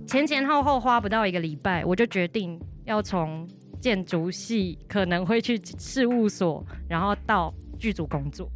前后后花不到1个礼拜，我就决定要从建筑系可能会去事务所，然后到剧组工作。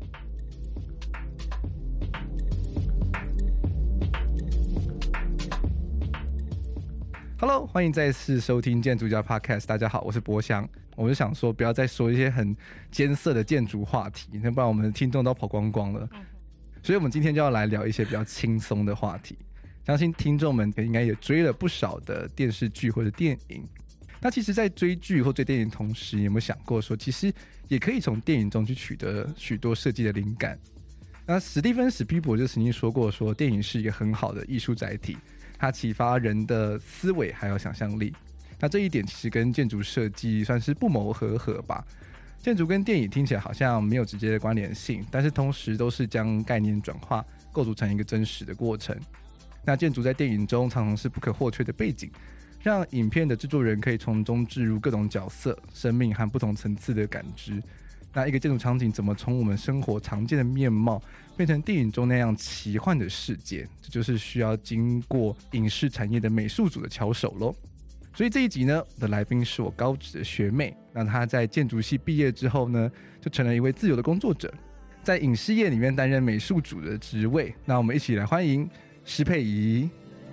Hello， 欢迎再次收听建筑家 Podcast。大家好，我是博翔。我就想说，不要再说一些很艰涩的建筑话题，要不然我们的听众都跑光光了。所以，我们今天就要来聊一些比较轻松的话题。相信听众们应该也追了不少的电视剧或者电影。那其实，在追剧或追电影的同时，有没有想过说，其实也可以从电影中去取得许多设计的灵感？那史蒂芬·史匹柏就曾经说过说，电影是一个很好的艺术载体。它启发人的思维还有想象力，那这一点其实跟建筑设计算是不谋而合吧。建筑跟电影听起来好像没有直接的关联性，但是同时都是将概念转化构筑成一个真实的过程。那建筑在电影中常常是不可或缺的背景，让影片的制作人可以从中置入各种角色、生命和不同层次的感知。那一个建筑场景怎么从我们生活常见的面貌变成电影中那样奇幻的世界，这就是需要经过影视产业的美术组的巧手咯。所以这一集呢，我的来宾是我高职的学妹，那她在建筑系毕业之后呢，就成了一位自由的工作者，在影视业里面担任美术组的职位。那我们一起来欢迎施佩仪。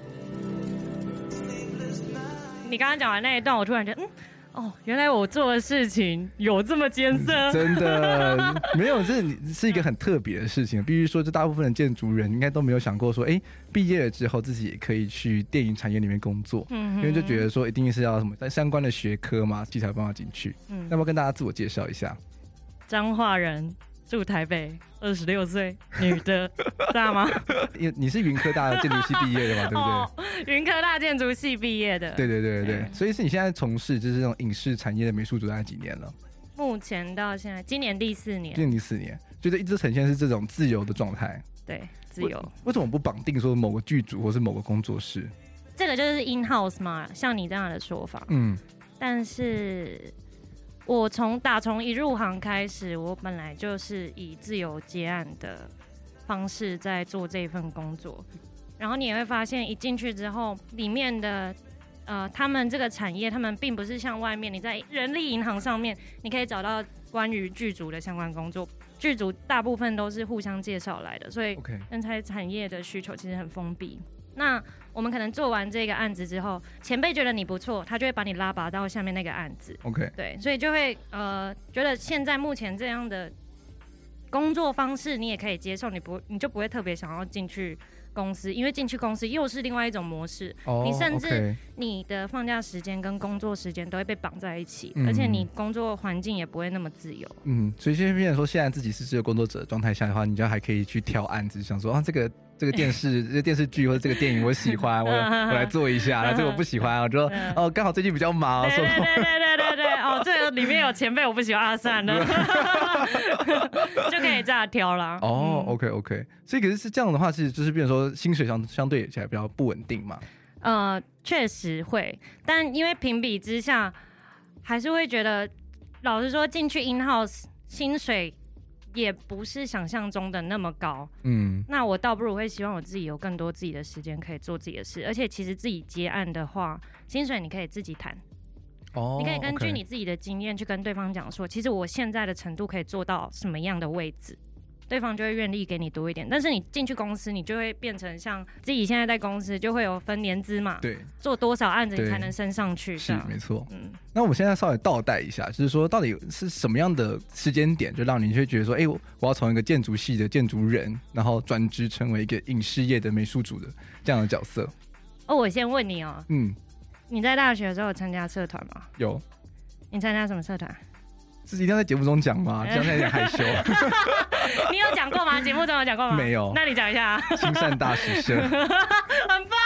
你刚刚讲完那一段，我突然觉得原来我做的事情有这么艰涩。 真的没有，这是一个很特别的事情。必须说，这大部分的建筑人应该都没有想过说，毕业了之后自己也可以去电影产业里面工作，因为就觉得说一定是要什么相关的学科嘛，才有办法进去。那么跟大家自我介绍一下。 彰化人，住台北，26岁，女的，知道吗？ 你是云科大的建筑系毕业的嘛，对不对？云科大建筑系毕业的。 对。所以是你现在从事就是这种影视产业的美术组大概几年了？ 目前到现在，今年第4年。 今年第4年，就是一直呈现是这种自由的状态。 对，自由。为什么不绑定说某个剧组或是某个工作室？ 这个就是 in house 嘛，像你这样的说法。但是我打从一入行开始，我本来就是以自由接案的方式在做这份工作。然后你也会发现，一进去之后，里面的他们这个产业，他们并不是像外面你在人力银行上面，你可以找到关于剧组的相关工作。剧组大部分都是互相介绍来的，所以人才产业的需求其实很封闭。那我们可能做完这个案子之后，前辈觉得你不错，他就会把你拉拔到下面那个案子。对，所以就会觉得现在目前这样的工作方式你也可以接受，你就不会特别想要进去公司，因为进去公司又是另外一种模式。你甚至你的放假时间跟工作时间都会被绑在一起，而且你工作环境也不会那么自由。 所以现在变成说，现在自己是自由工作者的状态下的话，你就还可以去挑案子，想说这个电视剧或者这个电影我喜欢，我来做一下。这个我不喜欢，我就刚好最近比较忙。 对，这个里面有前辈我不喜欢，算了，就可以这样挑啦。 OK。所以可是这样的话，其实就是变成说薪水相对起来比较不稳定嘛。 确实会，但因为评比之下，还是会觉得，老实说，进去 in house 薪水也不是想象中的那么高。那我倒不如会希望我自己有更多自己的时间可以做自己的事，而且其实自己接案的话，薪水你可以自己谈。你可以根据你自己的经验去跟对方讲说，其实我现在的程度可以做到什么样的位置，对方就会愿意给你多一点。但是你进去公司，你就会变成像自己现在在公司就会有分年资嘛，对，做多少案子你才能升上去， 是没错。那我们现在稍微倒带一下，就是说到底是什么样的时间点，就让你会觉得说，我要从一个建筑系的建筑人，然后转职成为一个影视业的美术组的这样的角色？ 我先问你你在大学的时候有参加社团吗？ 有。 你参加什么社团？ 是一定要在节目中讲吗？这样有点害羞。 你有讲过吗？节目中有讲过吗？ 没有。 那你讲一下。 亲善大使社。 很棒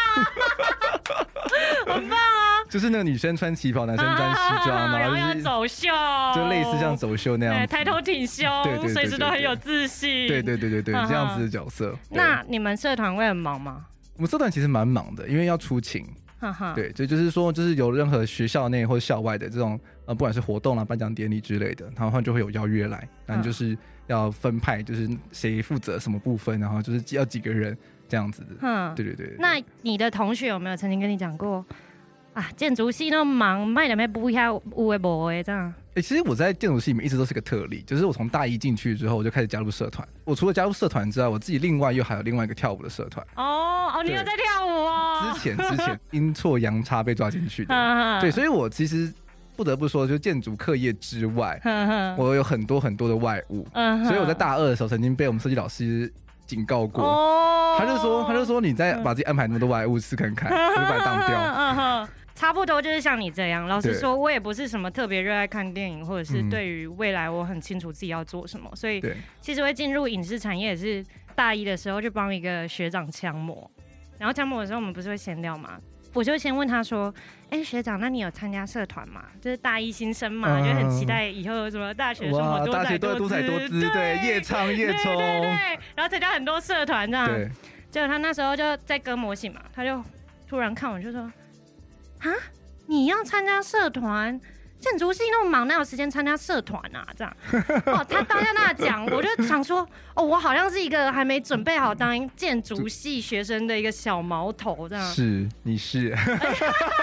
很棒啊！ 就是那个女生穿旗袍，男生穿西装， 然后要走秀， 就类似像走秀那样子， 抬头挺胸，随时都很有自信。 对，这样子的角色。 那你们社团会很忙吗？ 我们社团其实蛮忙的，因为要出勤。对，这就是说，就是有任何学校内或者校外的这种不管是活动啦、颁奖典礼之类的，然后就会有邀约来，然后就是要分派，就是谁负责什么部分，然后就是要几个人这样子的。对对对。 那你的同学有没有曾经跟你讲过啊？建筑系那么忙，卖两杯不一下有的没的这样？ 其实我在建筑系里面一直都是个特例，就是我从大一进去之后，我就开始加入社团。我除了加入社团之外，我自己另外又还有另外一个跳舞的社团。 哦，你有在跳舞哦？ 之前阴错阳差被抓进去的。对，所以我其实不得不说，就建筑课业之外，我有很多很多的外务。所以我在大二的时候，曾经被我们设计老师警告过。他就说你再把自己安排那么多外务试看看，我就把你当掉。 差不多就是像你这样。老实说，我也不是什么特别热爱看电影，或者是对于未来我很清楚自己要做什么，所以其实会进入影视产业也是大一的时候就帮一个学长枪模，然后枪模的时候我们不是会闲聊吗？我就先问他说：“学长，那你有参加社团吗？就是大一新生嘛，就很期待以后什么大学生活多彩多姿，对， 夜唱夜冲， 对，然后参加很多社团这样。结果他那时候就在割模型嘛，他就突然看我就说。”啊！你要参加社团？建筑系那么忙，哪有时间参加社团啊？这样，他当下那讲，我就想说，我好像是一个还没准备好当建筑系学生的一个小毛头，这样。 是，你是。 而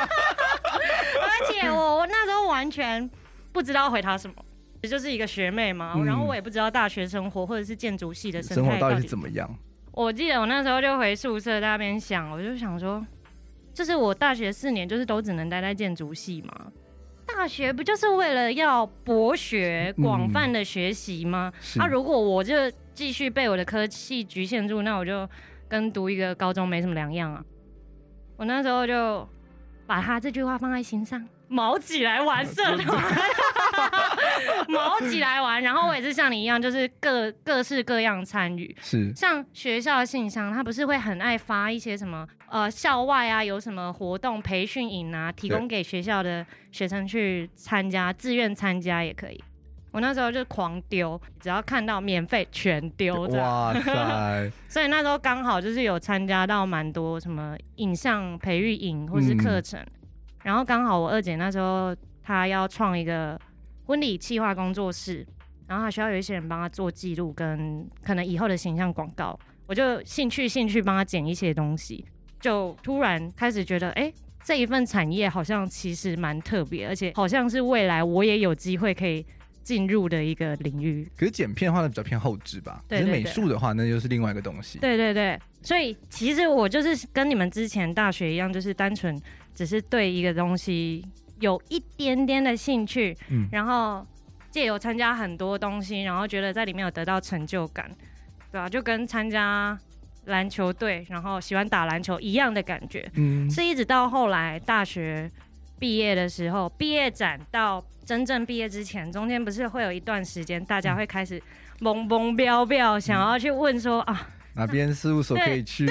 且我那时候完全不知道回他什么，也就是一个学妹嘛，然后我也不知道大学生活或者是建筑系的生态到底是怎么样。 我记得我那时候就回宿舍在那边想，我就想说。就是我大学4年，就是都只能待在建筑系嘛。大学不就是为了要博学、广泛的学习吗？如果我就继续被我的科系局限住，那我就跟读一个高中没什么两样啊。我那时候就把他这句话放在心上，毛起来玩社团，毛起来玩。然后我也是像你一样，就是各式各样参与。是，像学校的信箱，他不是会很爱发一些什么校外啊有什么活动培训营啊，提供给学校的学生去参加，自愿参加也可以。我那时候就狂丢，只要看到免费全丢。哇塞！所以那时候刚好就是有参加到蛮多什么影像培育营或是课程，然后刚好我二姐那时候她要创一个婚礼企划工作室，然后她需要有一些人帮她做记录跟可能以后的形象广告，我就兴趣帮她剪一些东西。就突然开始觉得，这一份产业好像其实蛮特别，而且好像是未来我也有机会可以进入的一个领域。 可是剪片的话比较偏后置吧，可是美术的话那就是另外一个东西。 对，所以其实我就是跟你们之前大学一样，就是单纯只是对一个东西有一点点的兴趣，然后藉由参加很多东西，然后觉得在里面有得到成就感，对啊，就跟参加篮球队，然后喜欢打篮球一样的感觉。是一直到后来大学毕业的时候，毕业展到真正毕业之前，中间不是会有一段时间，大家会开始懵懵标标，想要去问说哪边事务所可以去？ 对，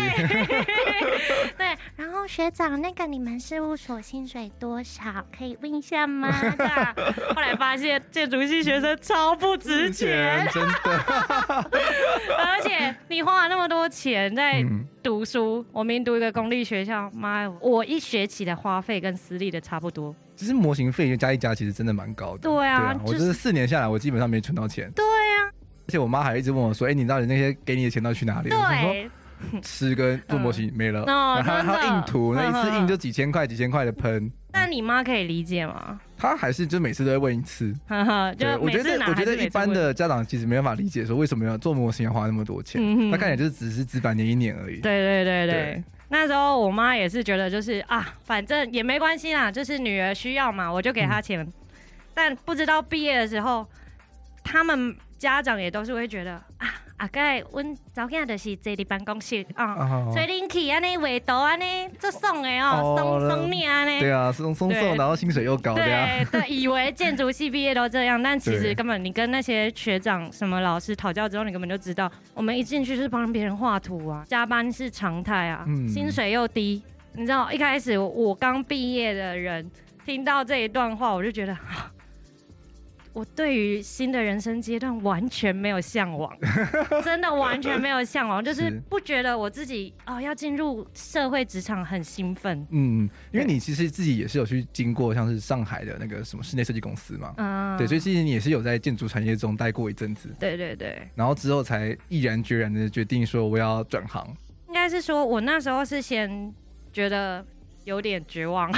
然后学长，那个你们事务所薪水多少？可以问一下吗？后来发现建筑系学生超不值钱， 真的。 而且你花了那么多钱在读书，我明明读一个公立学校，妈，我一学期的花费跟私立的差不多。 其实模型费加一加，其实真的蛮高的。 对啊， 我就是4年下来，我基本上没存到钱。 对啊。 而且我妈还一直问我说：“你到底那些给你的钱都去哪里？” 对， 吃跟做模型没了，然后印图，那一次印就几千块的喷。 但你妈可以理解吗？ 她还是就每次都会问一次。 就我觉得一般的家长其实没办法理解说为什么要做模型要花那么多钱。她看起来就是只是纸板粘一粘而已。 对。那时候我妈也是觉得就是反正也没关系啦，就是女儿需要嘛，我就给她钱。但不知道毕业的时候，他们家长也都是会觉得该阮查囝就是坐伫办公室所以恁去安尼画图安尼做爽的爽你安尼。 对啊，爽，然后薪水又高。 对，以为建筑系毕业都这样，但其实根本你跟那些学长什么老师讨教之后，你根本就知道，我们一进去就是帮别人画图啊，加班是常态啊，薪水又低。你知道一开始我刚毕业的人听到这一段话，我就觉得我对于新的人生阶段完全没有向往，真的完全没有向往，就是不觉得我自己要进入社会职场很兴奋。因为你其实自己也是有去经过像是上海的那个什么室内设计公司嘛，对，所以其实你也是有在建筑产业中待过一阵子。 对。 然后之后才毅然决然的决定说我要转行。 该是说我那时候是先觉得有点绝望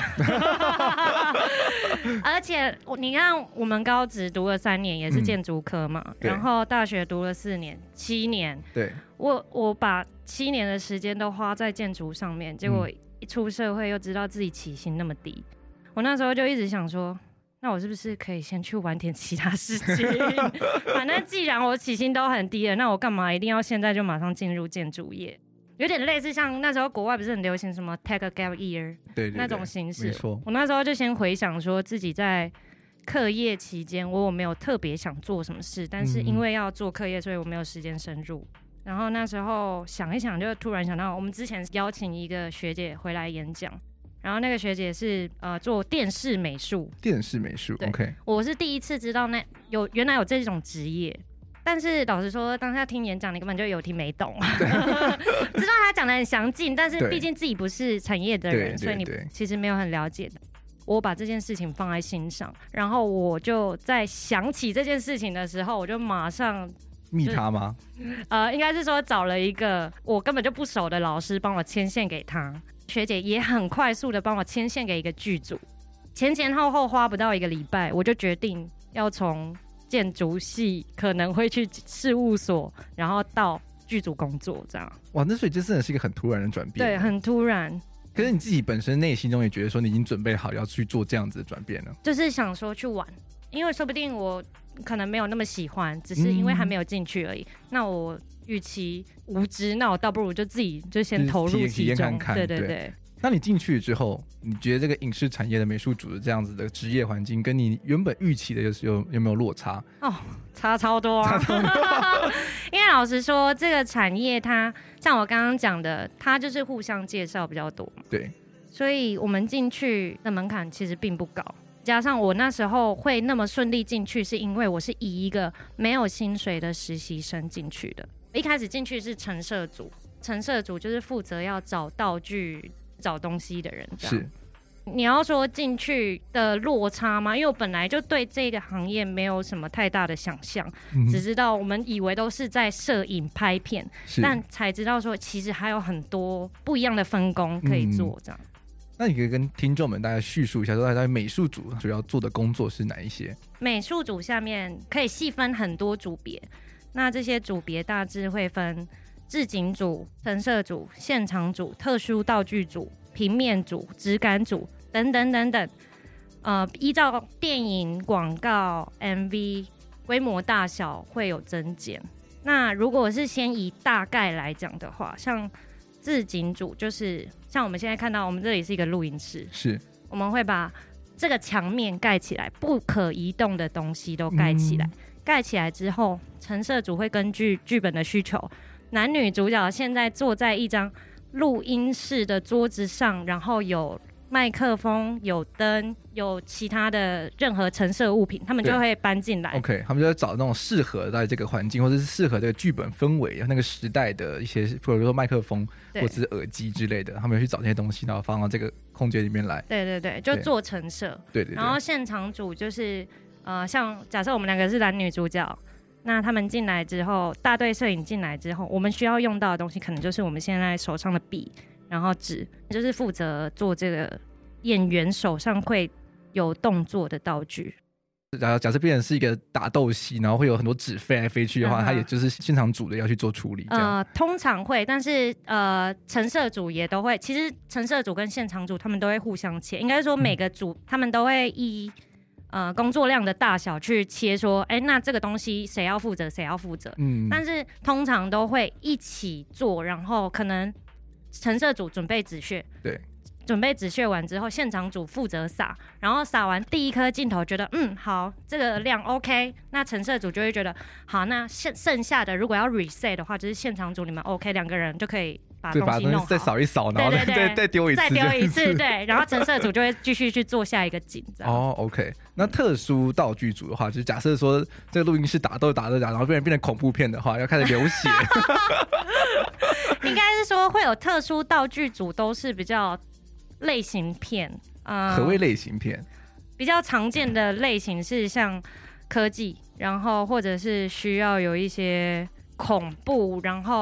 而且你看我们高职读了3年也是建筑科嘛，然后大学读了4年7年， 对， 我把7年的时间都花在建筑上面，结果一出社会又知道自己起薪那么低，我那时候就一直想说，那我是不是可以先去玩点其他事情反正既然我起薪都很低了，那我干嘛一定要现在就马上进入建筑业，有点类似像那时候国外不是很流行什么 take a gap year 对那种形式， 没错。 我那时候就先回想说自己在课业期间我没有特别想做什么事，但是因为要做课业，所以我没有时间深入。然后那时候想一想，就突然想到我们之前邀请一个学姐回来演讲，然后那个学姐是做电视美术。电视美术 ，OK。我是第一次知道原来有这种职业，但是老实说，当下听演讲，你根本就有听没懂，知道他讲的很详尽，但是毕竟自己不是产业的人，所以你其实没有很了解的。我把这件事情放在心上，然后我就在想起这件事情的时候，我就马上密他吗？应该是说找了一个我根本就不熟的老师帮我牵线给他，学姐也很快速的帮我牵线给一个剧组，前后花不到1个礼拜，我就决定要从建筑系可能会去事务所，然后到剧组工作这样。哇，那所以这真的是一个很突然的转变。对，很突然。可是你自己本身内心中也觉得说你已经准备好要去做这样子的转变了，就是想说去玩，因为说不定我可能没有那么喜欢，只是因为还没有进去而已。那我与其无知，那我倒不如就自己就先投入其中，看看。对对对。那你进去之后，你觉得这个影视产业的美术组的这样子的职业环境，跟你原本预期的有没有落差？哦，差超多啊！因为老实说，这个产业它像我刚刚讲的，它就是互相介绍比较多嘛。对，所以我们进去的门槛其实并不高。加上我那时候会那么顺利进去，是因为我是以一个没有薪水的实习生进去的。一开始进去是陈设组，陈设组就是负责要找道具、找东西的人。是，你要说进去的落差吗？因为我本来就对这个行业没有什么太大的想象，只知道我们以为都是在摄影拍片，但才知道说其实还有很多不一样的分工可以做这样。那你可以跟听众们大概叙述一下，说在美术组主要做的工作是哪一些？美术组下面可以细分很多组别，那这些组别大致会分置景组、陈设组、现场组、特殊道具组、平面组、质感组等等等等。依照电影、广告、MV 规模大小会有增减。那如果是先以大概来讲的话，像置景组就是像我们现在看到，我们这里是一个录音室，是我们会把这个墙面盖起来，不可移动的东西都盖起来。盖起来之后，陈设组会根据剧本的需求，男女主角现在坐在一张录音室的桌子上，然后有麦克风、有灯、有其他的任何陈设物品，他们就会搬进来。OK， 他们就在找那种适合在这个环境，或者是适合这个剧本氛围、那个时代的一些，比如说麦克风或者是耳机之类的，他们会去找这些东西，然后放到这个空间里面来。对对对，就做陈设。对对对。然后现场组就是像假设我们2个是男女主角，那他们进来之后，大队摄影进来之后，我们需要用到的东西可能就是我们现在手上的笔，然后纸，就是负责做这个演员手上会有动作的道具。假设变成是一个打斗戏，然后会有很多纸飞来飞去的话，它也就是现场组的要去做处理。通常会，但是陈设组也都会。其实陈设组跟现场组他们都会互相切，应该说每个组他们都会依工作量的大小去切说，那这个东西谁要负责谁要负责。但是通常都会一起做，然后可能陈设组准备纸屑，对，准备纸屑完之后，现场组负责撒，然后撒完第一颗镜头觉得好，这个量 OK， 那陈设组就会觉得好，那剩下的如果要 reset 的话，就是现场组你们 OK， 2个人就可以把东西弄好，再扫一扫，然后再丢一次，再丢一次，对，然后陈设组就会继续去做下一个景。哦 ，OK。那特殊道具组的话，就是假设说这个录音室打斗，然后变成恐怖片的话，要开始流血。应该是说会有特殊道具组，都是比较类型片。何谓类型片？比较常见的类型是像科技，然后或者是需要有一些恐怖，然后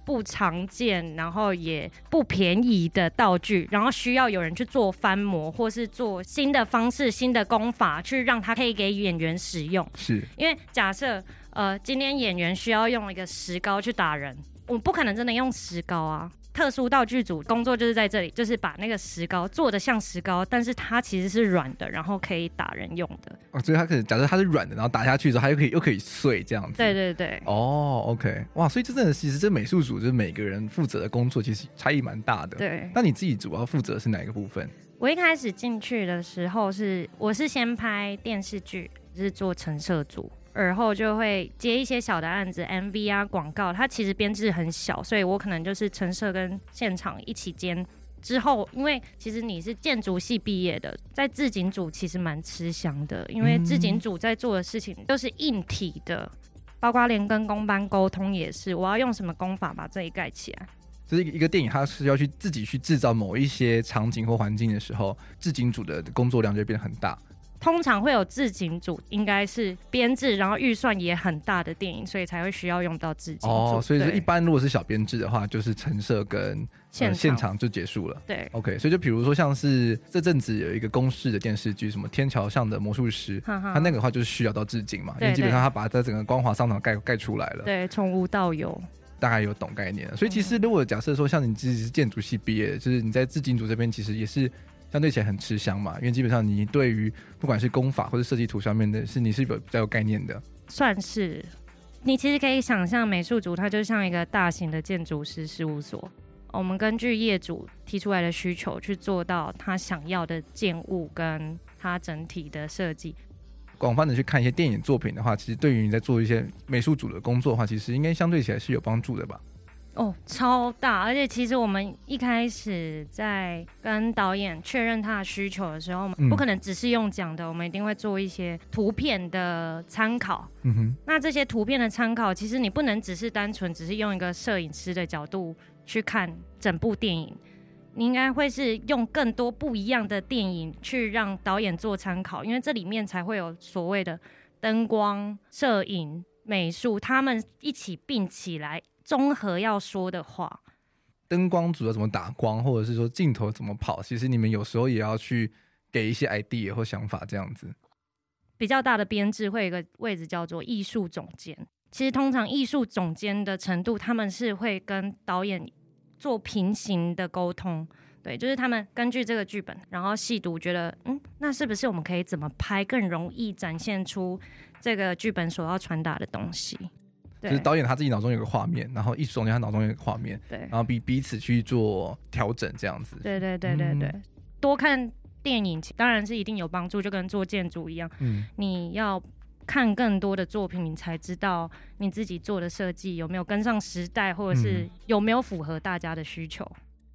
不常见，然后也不便宜的道具，然后需要有人去做翻模，或是做新的方式、新的功法，去让它可以给演员使用。 是因为假设今天演员需要用一个石膏去打人，我不可能真的用石膏啊。特殊道具组工作就是在这里，就是把那个石膏做得像石膏，但是它其实是软的，然后可以打人用的。 所以它可能假设它是软的，然后打下去之后它又可以碎这样子。 对对对。 OK， 哇，所以这真的其实这美术组就是每个人负责的工作其实差异蛮大的。 对。 那你自己主要负责的是哪一个部分？ 我一开始进去的时候我是先拍电视剧，是做陈设组。而后就会接一些小的案子 MV 啊广告，它其实编制很小，所以我可能就是陈设跟现场一起兼。之后因为其实你是建筑系毕业的，在制景组其实蛮吃香的，因为制景组在做的事情都是硬体的，包括连跟工班沟通也是，我要用什么工法把这里盖起来。 就是一个电影它是要去自己去制造某一些场景或环境的时候，制景组的工作量就会变得很大。 通常会有制景组，应该是编制然后预算也很大的电影，所以才会需要用到制景组。 所以说一般如果是小编制的话，就是陈设跟现场就结束了。 对 ，OK， 所以就比如说像是这阵子有一个公视的电视剧，什么天桥上的魔术师，他那个的话就是需要到制景嘛，因为基本上他把它整个光华商场盖出来了。 对，从无到有。 大概有懂概念了。所以其实如果假设说像你自己是建筑系毕业的，就是你在制景组这边其实也是相对起来很吃香嘛，因为基本上你对于不管是工法或者设计图上面的你是比较有概念的。 算是。你其实可以想象美术组它就像一个大型的建筑师事务所，我们根据业主提出来的需求去做到他想要的建物跟他整体的设计。 广泛的去看一些电影作品的话，其实对于你在做一些美术组的工作的话，其实应该相对起来是有帮助的吧。 超大。而且其实我们一开始在跟导演确认他的需求的时候，不可能只是用讲的，我们一定会做一些图片的参考。那这些图片的参考，其实你不能只是单纯只是用一个摄影师的角度去看整部电影，你应该会是用更多不一样的电影去让导演做参考，因为这里面才会有所谓的灯光、摄影、美术，他们一起并起来综合要说的话。 灯光组要怎么打光，或者是说镜头怎么跑，其实你们有时候也要去给一些 idea 或想法这样子。 比较大的编制会有一个位置叫做艺术总监，其实通常艺术总监的程度，他们是会跟导演做平行的沟通。对，就是他们根据这个剧本，然后细读，觉得那是不是我们可以怎么拍更容易展现出这个剧本所要传达的东西。 就是导演他自己脑中有个画面，然后艺术总监他脑中有个画面， 对， 然后彼此去做调整这样子。 对对对对对，多看电影当然是一定有帮助，就跟做建筑一样，你要看更多的作品，你才知道你自己做的设计有没有跟上时代，或者是有没有符合大家的需求。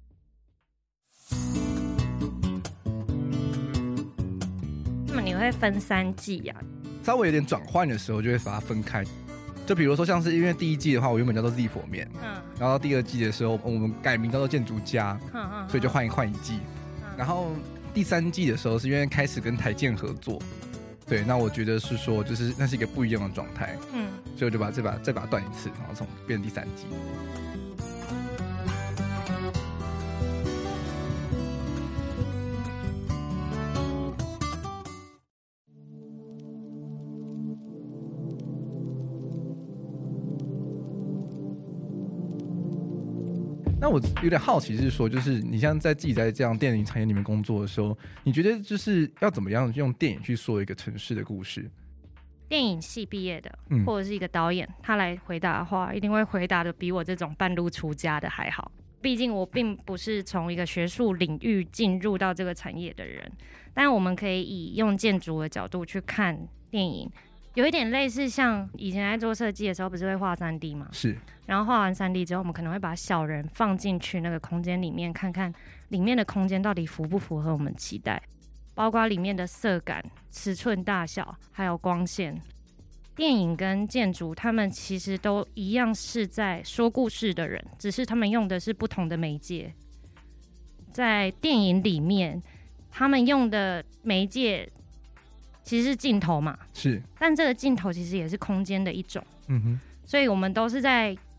那么你会分3季啊？ 稍微有点转换的时候，就会把它分开。就比如说，像是因为第1季的话，我原本叫做 Z 佛面，然后到第2季的时候，我们改名叫做建筑家，所以就换一季。然后第3季的时候，是因为开始跟台建合作，对，那我觉得是说，就是那是一个不一样的状态，所以我就再把它断一次，然后变成第3季。那我有点好奇是说，就是你像自己在这样电影产业里面工作的时候，你觉得就是要怎么样用电影去说一个城市的故事？ 电影系毕业的，或者是一个导演，他来回答的话，一定会回答的比我这种半路出家的还好。毕竟我并不是从一个学术领域进入到这个产业的人，但我们可以以用建筑的角度去看电影。有一点类似像以前在做设计的时候，不是会画 3D 吗？ 是。 然后画完 3D 之后，我们可能会把小人放进去那个空间里面，看看里面的空间到底符不符合我们期待，包括里面的色感、尺寸大小，还有光线。电影跟建筑，他们其实都一样是在说故事的人，只是他们用的是不同的媒介。在电影里面，他们用的媒介其实是镜头嘛， 是， 但这个镜头其实也是空间的一种，所以我们都是在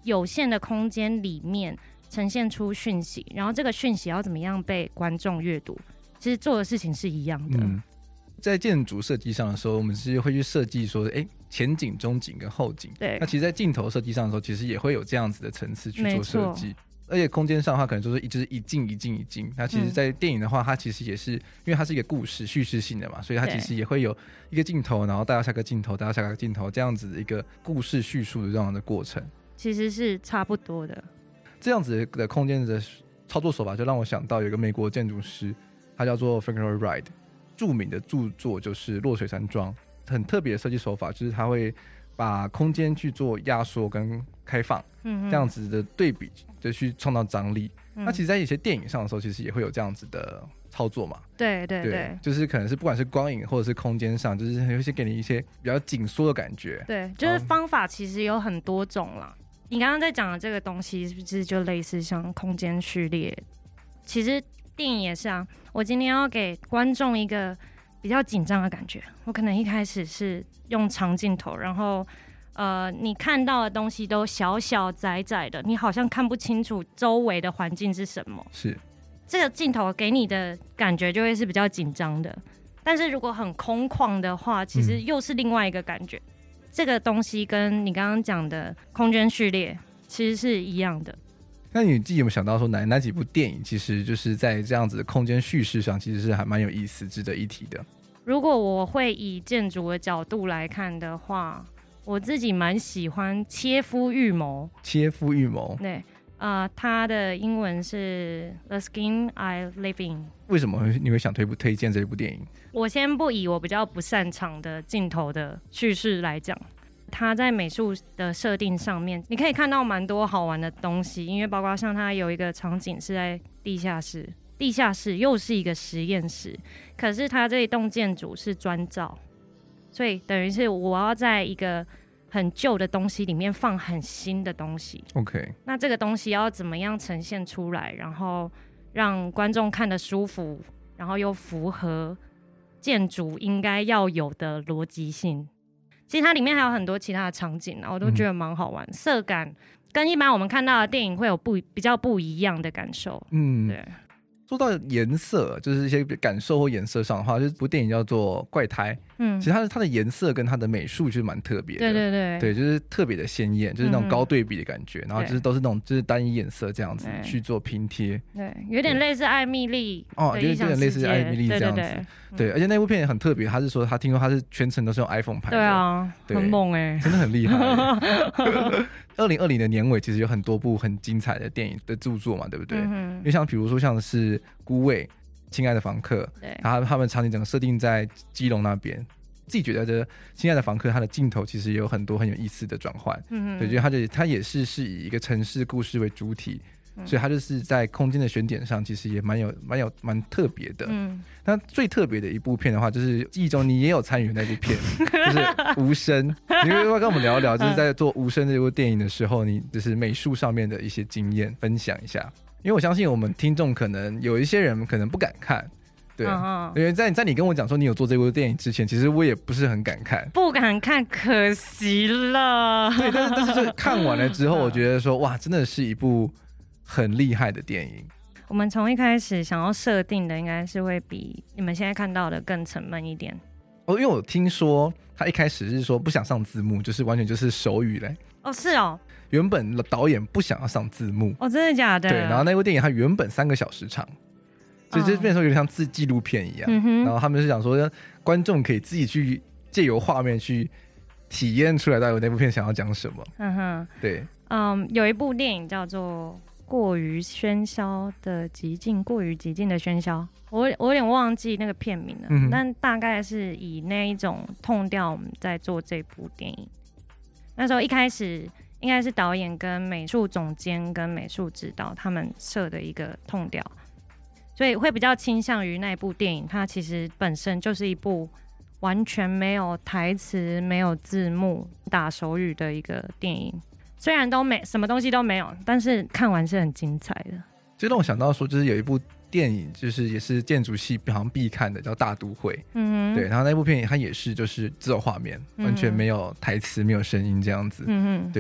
有限的空间里面呈现出讯息，然后这个讯息要怎么样被观众阅读，其实做的事情是一样的。 在建筑设计上的时候，我们是会去设计说前景、中景跟后景。 对， 那其实在镜头设计上的时候，其实也会有这样子的层次去做设计。而且空间上的话可能就是一镜一镜一镜，那其实在电影的话它其实也是因为它是一个故事叙事性的嘛，所以它其实也会有一个镜头，然后带到下个镜头，带到下个镜头，这样子的一个故事叙述的这样的过程， 其实是差不多的。 这样子的空间的操作手法就让我想到有一个美国建筑师，他叫做 Frank Lloyd Wright， 著名的著作就是落水山庄。很特别的设计手法就是他会把空间去做压缩跟开放，这样子的对比就去创造张力。那其实在一些电影上的时候其实也会有这样子的操作嘛。 对对 对， 就是可能是不管是光影或者是空间上，就是有一些给你一些比较紧缩的感觉。 对，就是方法其实有很多种啦。你刚刚在讲的这个东西是不是就类似像空间序列？其实电影也是啊。我今天要给观众一个比较紧张的感觉，我可能一开始是用长镜头，然后你看到的东西都小小窄窄的，你好像看不清楚周围的环境是什么。 是这个镜头给你的感觉就会是比较紧张的，但是如果很空旷的话，其实又是另外一个感觉。这个东西跟你刚刚讲的空间序列其实是一样的。 那你自己有没有想到说哪几部电影其实就是在这样子的空间叙事上其实是还蛮有意思值得一提的？ 如果我会以建筑的角度来看的话，我自己蛮喜欢切肤预谋。 切肤预谋， 对，它的英文是 The Skin I Live In。 为什么你会想推荐这一部电影？ 我先不以我比较不擅长的镜头的叙事来讲，它在美术的设定上面你可以看到蛮多好玩的东西，因为包括像它有一个场景是在地下室，地下室又是一个实验室，可是它这一栋建筑是砖造，所以等于是我要在一个很旧的东西里面放很新的东西。 OK， 那这个东西要怎么样呈现出来，然后让观众看得舒服，然后又符合建筑应该要有的逻辑性。其实它里面还有很多其他的场景我都觉得蛮好玩，色感跟一般我们看到的电影会有比较不一样的感受。对。 说到颜色，就是一些感受或颜色上的话，就是部电影叫做《怪胎》。其实它的颜色跟它的美术就是蛮特别的。对，就是特别的鲜艳，就是那种高对比的感觉，然后就是都是那种就是单一颜色这样子去做拼贴。 对，有点类似艾蜜莉有点类似艾蜜莉这样子。对，而且那部片也很特别，他是说听说他是全程都是用 iPhone 拍的。 对啊，很猛真的很厉害。2020的年尾其实有很多部很精彩的电影的著作嘛，对不对？因为像比如说像是孤味、亲爱的房客，然后他们场景整个设定在基隆那边。自己觉得这亲爱的房客他的镜头其实也有很多很有意思的转换。对，觉得他也是以一个城市故事为主体，所以他就是在空间的选点上其实也蛮特别的。那最特别的一部片的话，就是记忆中你也有参与那部片，就是无声。你会不会跟我们聊一聊，就是在做无声这部电影的时候，你就是美术上面的一些经验分享一下？因为我相信我们听众可能有一些人可能不敢看。对，因为在你跟我讲说你有做这部电影之前，其实我也不是很敢看， 不敢看，可惜了。 对，但是就看完了之后，我觉得说哇，真的是一部很厉害的电影。 我们从一开始想要设定的，应该是会比你们现在看到的更沉闷一点。 因为我听说他一开始是说不想上字幕，就是完全就是手语嘞。 是哦。 原本导演不想要上字幕。 真的假的？ 对，然后那部电影它原本3个小时长。所以就变成有点像纪录片一样。然后他们是想说观众可以自己去借由画面去体验出来到底那部片想要讲什么。对， 有一部电影叫做过于喧嚣的极尽，过于极尽的喧嚣，我有点忘记那个片名了。但大概是以那一种痛调我们在做这部电影。那时候一开始应该是导演跟美术总监跟美术指导他们设的一个痛调，所以会比较倾向于那部电影它其实本身就是一部完全没有台词没有字幕打手语的一个电影。虽然都什么东西都没有，但是看完是很精彩的。 就让我想到说，就是有一部电影就是也是建筑系好像必看的，叫《大都会》。对，然后那部片它也是就是只有画面，完全没有台词没有声音这样子。对，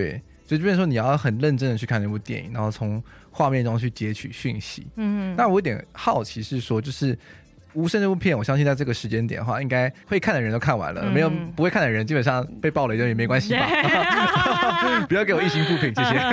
就变成说你要很认真的去看那部电影，然后从画面中去截取讯息。那我有点好奇是说，就是无声这部片，我相信在这个时间点的话，应该会看的人都看完了，没有不会看的人基本上被爆雷就也没关系吧。不要给我一星负评，谢谢。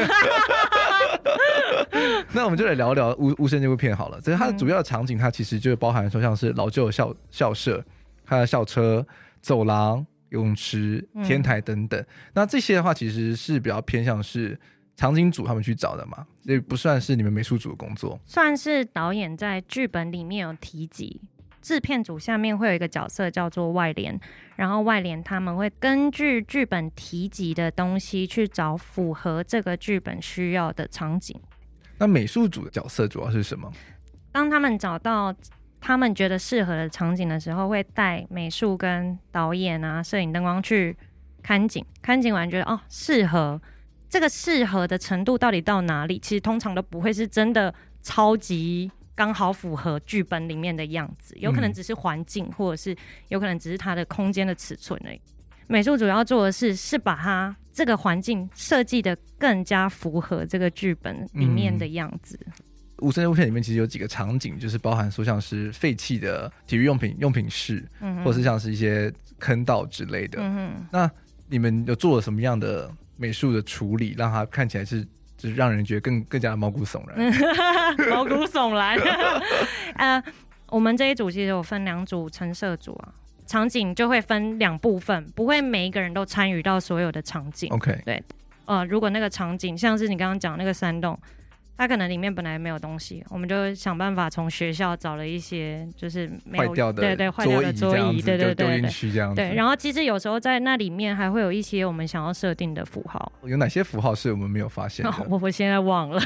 那我们就来聊聊无声这部片好了。它的主要的场景，它其实就包含说像是老旧的校舍、它的校车、走廊、泳池、天台等等。那这些的话，其实是比较偏向是场景组他们去找的嘛，所以不算是你们美术组的工作。 算是导演在剧本里面有提及，制片组下面会有一个角色叫做外联，然后外联他们会根据剧本提及的东西去找符合这个剧本需要的场景。 那美术组的角色主要是什么？ 当他们找到他们觉得适合的场景的时候，会带美术跟导演啊、摄影、灯光去看景，看景完觉得适合，这个适合的程度到底到哪里？其实通常都不会是真的超级刚好符合剧本里面的样子，有可能只是环境，或者是有可能只是它的空间的尺寸而已。美术主要做的是把它这个环境设计的更加符合这个剧本里面的样子。 无声这部片里面其实有几个场景，就是包含说像是废弃的体育用品室，或者是像是一些坑道之类的。那你们有做了什么样的美术的处理，让它看起来是就是让人觉得更加的毛骨悚然？ 毛骨悚然。我们这一组其实有分2组陈设组啊，场景就会分2部分，不会每一个人都参与到所有的场景。 OK， 对，如果那个场景像是你刚刚讲那个山洞，它可能里面本来没有东西，我们就想办法从学校找了一些就是没有坏掉的桌椅，对对对， 丢进去这样子。 对，然后其实有时候在那里面还会有一些我们想要设定的符号。 有哪些符号是我们没有发现的？ 我现在忘了。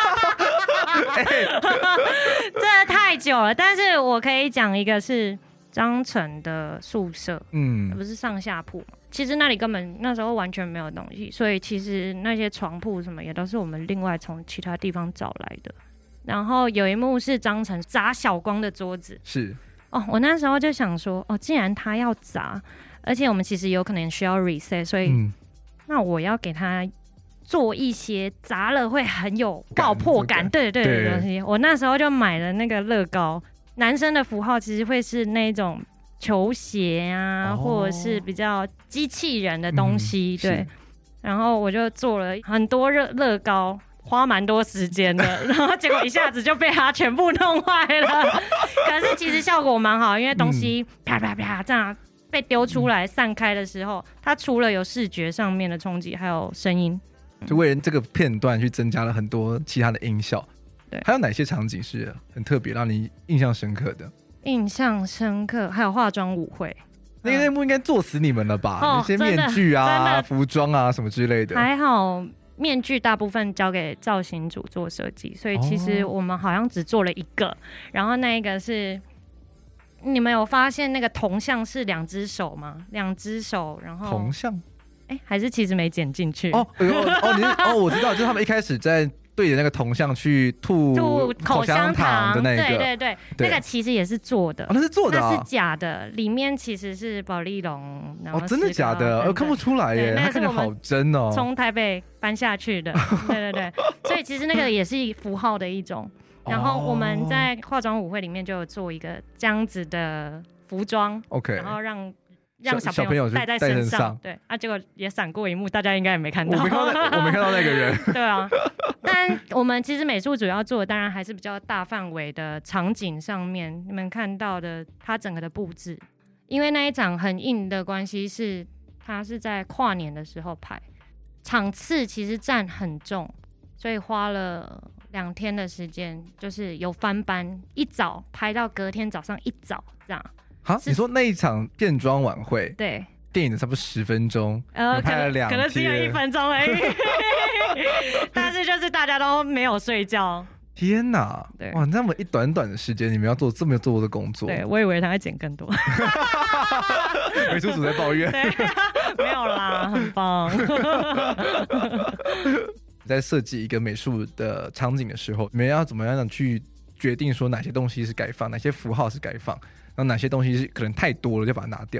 这太久了，但是我可以讲一个是张成的宿舍，不是上下铺嘛？其实那里根本那时候完全没有东西，所以其实那些床铺什么也都是我们另外从其他地方找来的。然后有一幕是张成砸小光的桌子， 是我那时候就想说，既然他要砸，而且我们其实有可能需要 reset， 所以那我要给他做一些砸了会很有爆破感，对对对的东西。我那时候就买了那个乐高，男生的符号其实会是那种球鞋啊，或者是比较机器人的东西，对。然后我就做了很多乐高，花蛮多时间的，然后结果一下子就被他全部弄坏了。可是其实效果蛮好，因为东西啪啪啪这样被丢出来散开的时候，它除了有视觉上面的冲击，还有声音， 就为了这个片段去增加了很多其他的音效。对，还有哪些场景是很特别让你印象深刻的？ 印象深刻还有化妆舞会， 那幕应该做死你们了吧？那些面具啊、服装啊什么之类的。 还好面具大部分交给造型组做设计，所以其实我们好像只做了1个，然后那一个是你们有发现那个铜像是2只手吗？2只手，然后铜像， 还是其实没剪进去？ 我知道，就是他们一开始在对着那个铜像去吐口香糖的那个， 对对对，那个其实也是做的， 那是做的， 那是假的，里面其实是保丽龙，然后真的假的？我看不出来耶，它看起来好真哦， 从台北搬下去的，对对对，所以其实那个也是符号的一种。然后我们在化妆舞会里面就有做一个这样子的服装 ，OK， 然后让小朋友戴在身上，对结果也闪过一幕，大家应该也没看到， 我没看到那个人， 对啊。但我们其实美术主要做的当然还是比较大范围的场景上面，你们看到的它整个的布置，因为那一场很硬的关系是它是在跨年的时候拍，场次其实占很重，所以花了2天的时间，就是有翻班，一早拍到隔天早上一早这样。 你说那一场变装晚会， 对， 电影的差不多10分钟，拍了2天， 可能只有1分钟而已。但是就是大家都没有睡觉。 天哪！哇，那么一短的时间，你们要做这么多的工作？ 对，我以为他会剪更多。 美术组在抱怨。 没有啦，很棒。 在设计一个美术的场景的时候，你们要怎么样去决定说哪些东西是该放，哪些符号是该放，然后哪些东西是可能太多了就把它拿掉？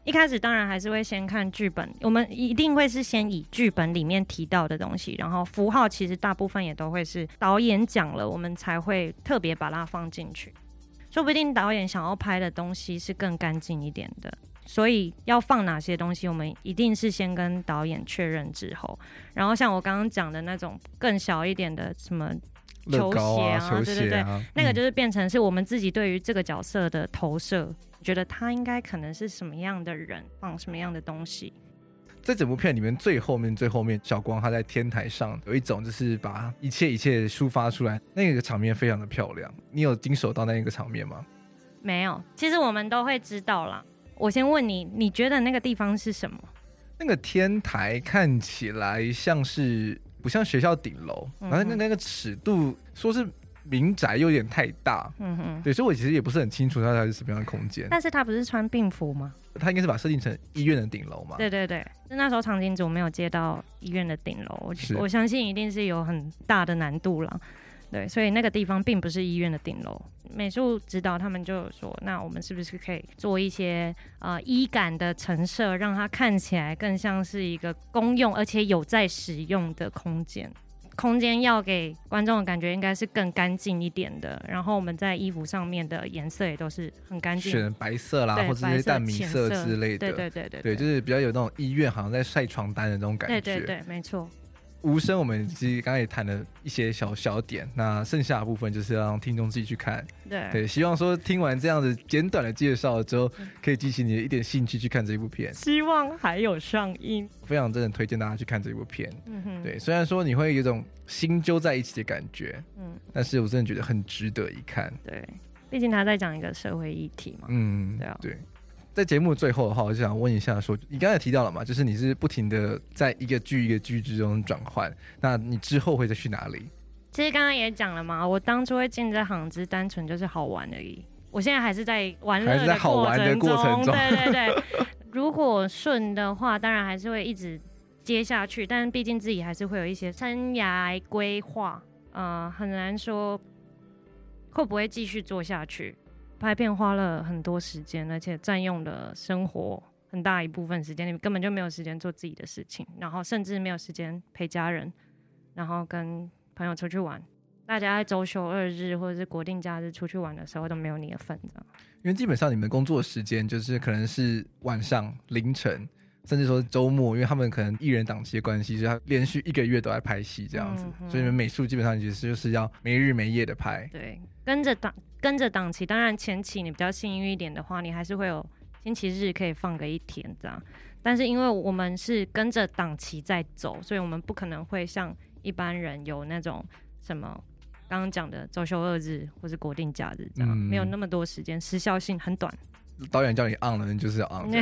一开始当然还是会先看剧本，我们一定会是先以剧本里面提到的东西，然后符号其实大部分也都会是导演讲了，我们才会特别把它放进去。说不定导演想要拍的东西是更干净一点的，所以要放哪些东西，我们一定是先跟导演确认之后，然后像我刚刚讲的那种更小一点的什么球鞋啊，对对对，那个就是变成是我们自己对于这个角色的投射，觉得他应该可能是什么样的人，放什么样的东西。 在整部片里面最后面，小光他在天台上有一种就是把一切抒发出来，那个场面非常的漂亮。你有经手到那个场面吗？ 没有，其实我们都会知道啦。我先问你，你觉得那个地方是什么？ 那个天台看起来像是不像学校顶楼，然后那个尺度说是民宅又有点太大，对，所以我其实也不是很清楚它是什么样的空间。 但是它不是穿病服吗？ 它应该是把它设定成医院的顶楼嘛？ 对对对，那时候场景组没有接到医院的顶楼，我相信一定是有很大的难度啦。对，所以那个地方并不是医院的顶楼。美术指导他们就有说，那我们是不是可以做一些医感的陈设，让它看起来更像是一个公用而且有在使用的空间。空间要给观众的感觉应该是更干净一点的，然后我们在衣服上面的颜色也都是很干净， 选白色啦，或者是淡米色之类的。对，就是比较有那种医院好像在晒床单的那种感觉。 对，没错。 无声我们其实刚才也谈了一些小点，那剩下的部分就是要让听众自己去看。对，希望说听完这样子简短的介绍之后，可以激起你的一点兴趣去看这部片。 希望还有上映， 非常真的推荐大家去看这部片。对，虽然说你会有一种心揪在一起的感觉，但是我真的觉得很值得一看。 对，毕竟他在讲一个社会议题嘛。对啊， 对。在节目最后的话，我就想问一下说，你刚才提到了嘛，就是你是不停的在一个剧之中转换，那你之后会再去哪里？ 其实刚刚也讲了嘛，我当初会进这行只单纯就是好玩而已，我现在还是在玩乐的过程中。对，如果顺的话，当然还是会一直接下去，但毕竟自己还是会有一些生涯规划，很难说会不会继续做下去。拍片花了很多时间，而且占用了生活很大一部分时间，你根本就没有时间做自己的事情，然后甚至没有时间陪家人，然后跟朋友出去玩。大家在周休2日或者是国定假日出去玩的时候都没有你的份，这样。 因为基本上你们工作时间就是可能是晚上、凌晨，甚至说周末，因为他们可能艺人档期的关系，所以他连续1个月都在拍戏这样子，所以你们美术基本上就是要没日没夜的拍。 对，跟着档期，当然前期你比较幸运一点的话，你还是会有星期日可以放个1天这样。但是因为我们是跟着档期在走，所以我们不可能会像一般人有那种什么刚刚讲的周休2日或是国定假日这样，没有那么多时间，时效性很短。 导演叫你 on 了，你就是要 on。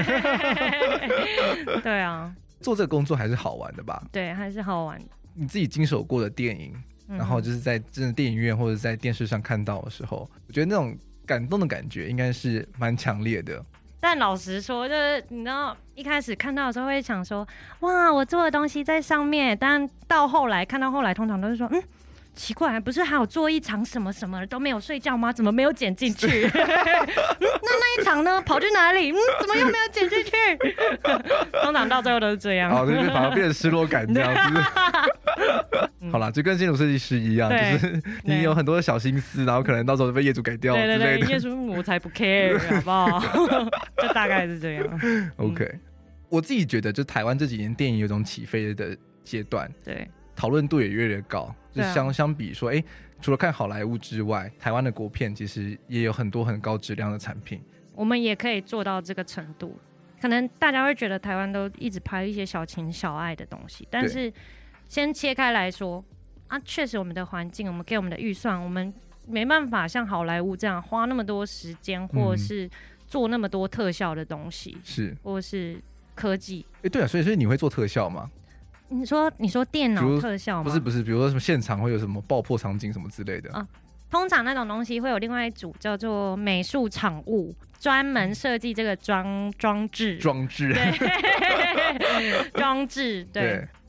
对啊， 做这个工作还是好玩的吧？ 对，还是好玩。 你自己经手过的电影，然后就是在真的电影院或者在电视上看到的时候，我觉得那种感动的感觉应该是蛮强烈的。 但老实说，就是你知道一开始看到的时候会想说，哇，我做的东西在上面，但到后来看到后来，通常都是说，奇怪，不是还有做一场什么什么都没有睡觉吗？怎么没有剪进去？那一场呢？跑去哪里？怎么又没有剪进去？通常到最后都是这样。 好，就是反而变成失落感这样子。好啦，就跟建筑设计师一样，就是你有很多的小心思，然后可能到时候被业主改掉之类的。 业主我才不 care， 好不好？就大概是这样。 OK，我自己觉得，就台湾这几年电影有种起飞的阶段。 对。 讨论度也越来越高，就相比说，除了看好莱坞之外，台湾的国片其实也有很多很高质量的产品。 我们也可以做到这个程度，可能大家会觉得台湾都一直拍一些小情小爱的东西，但是先切开来说啊，确实我们的环境，我们给我们的预算，我们没办法像好莱坞这样花那么多时间，或者是做那么多特效的东西， 是或是科技。 对啊，所以你会做特效吗？ 你说电脑特效吗？ 不是，比如说什么现场会有什么爆破场景什么之类的啊？ 通常那种东西会有另外一组叫做美术场务，专门设计这个装置。 对， 装置对。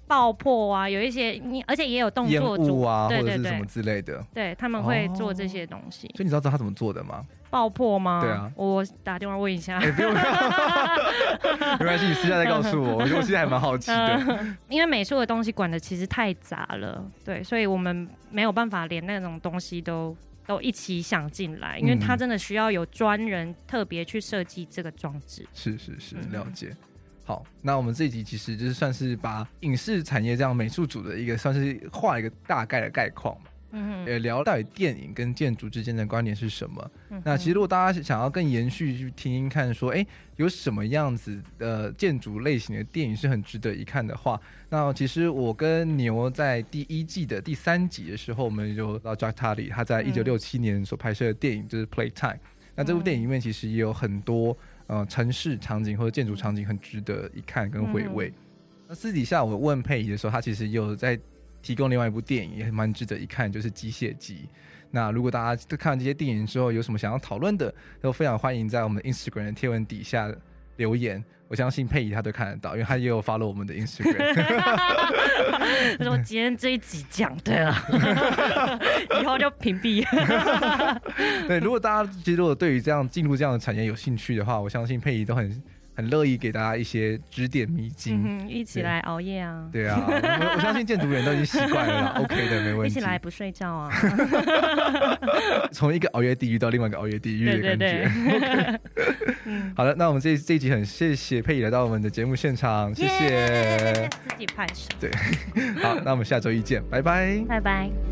爆破啊，有一些而且也有动作组啊， 对或者是什么之类的， 对，他们会做这些东西。 所以你知道他怎么做的吗？ 爆破吗？ 对啊， 我打电话问一下。 不用，没关系，你私下再告诉我。我现在还蛮好奇的， 因为美术的东西管的其实太杂了，对，所以我们没有办法连那种东西都一起想进来，因为它真的需要有专人特别去设计这个装置。 是，了解。好，那我们这一集其实就是算是把影视产业这样美术组的一个算是画一个大概的概况嘛。也聊到底电影跟建筑之间的关联是什么。那其实如果大家想要更延续去听听看说有什么样子的建筑类型的电影是很值得一看的话，那其实我跟牛在第1季的第3集的时候，我们就到 Jacques Tati 他在1967年所拍摄的电影就是 Playtime。那这部电影里面其实也有很多城市场景或者建筑场景很值得一看跟回味。那私底下我问佩仪的时候，他其实也有在提供另外一部电影也蛮值得一看，就是《机械姬》。那如果大家看完这些电影之后有什么想要讨论的，都非常欢迎在我们 Instagram 的贴文底下留言，我相信佩仪他都看得到，因为他也有 follow 我们的 Instagram。 他说今天这一集讲对了，以后就屏蔽。 对，如果大家其实如果对于进入这样的产业有兴趣的话，我相信佩仪都很乐意给大家一些指点迷津。 一起来熬夜啊。 对啊，我相信建筑人都已经习惯了啦。OK 的，没问题。 一起来不睡觉啊。 从一个熬夜地狱到另外一个熬夜地狱的感觉。Okay 好的，那我们这一集很谢谢佩仪来到我们的节目现场，谢谢。 自己拍手。 对，好，那我们下周一见，拜拜。 拜拜。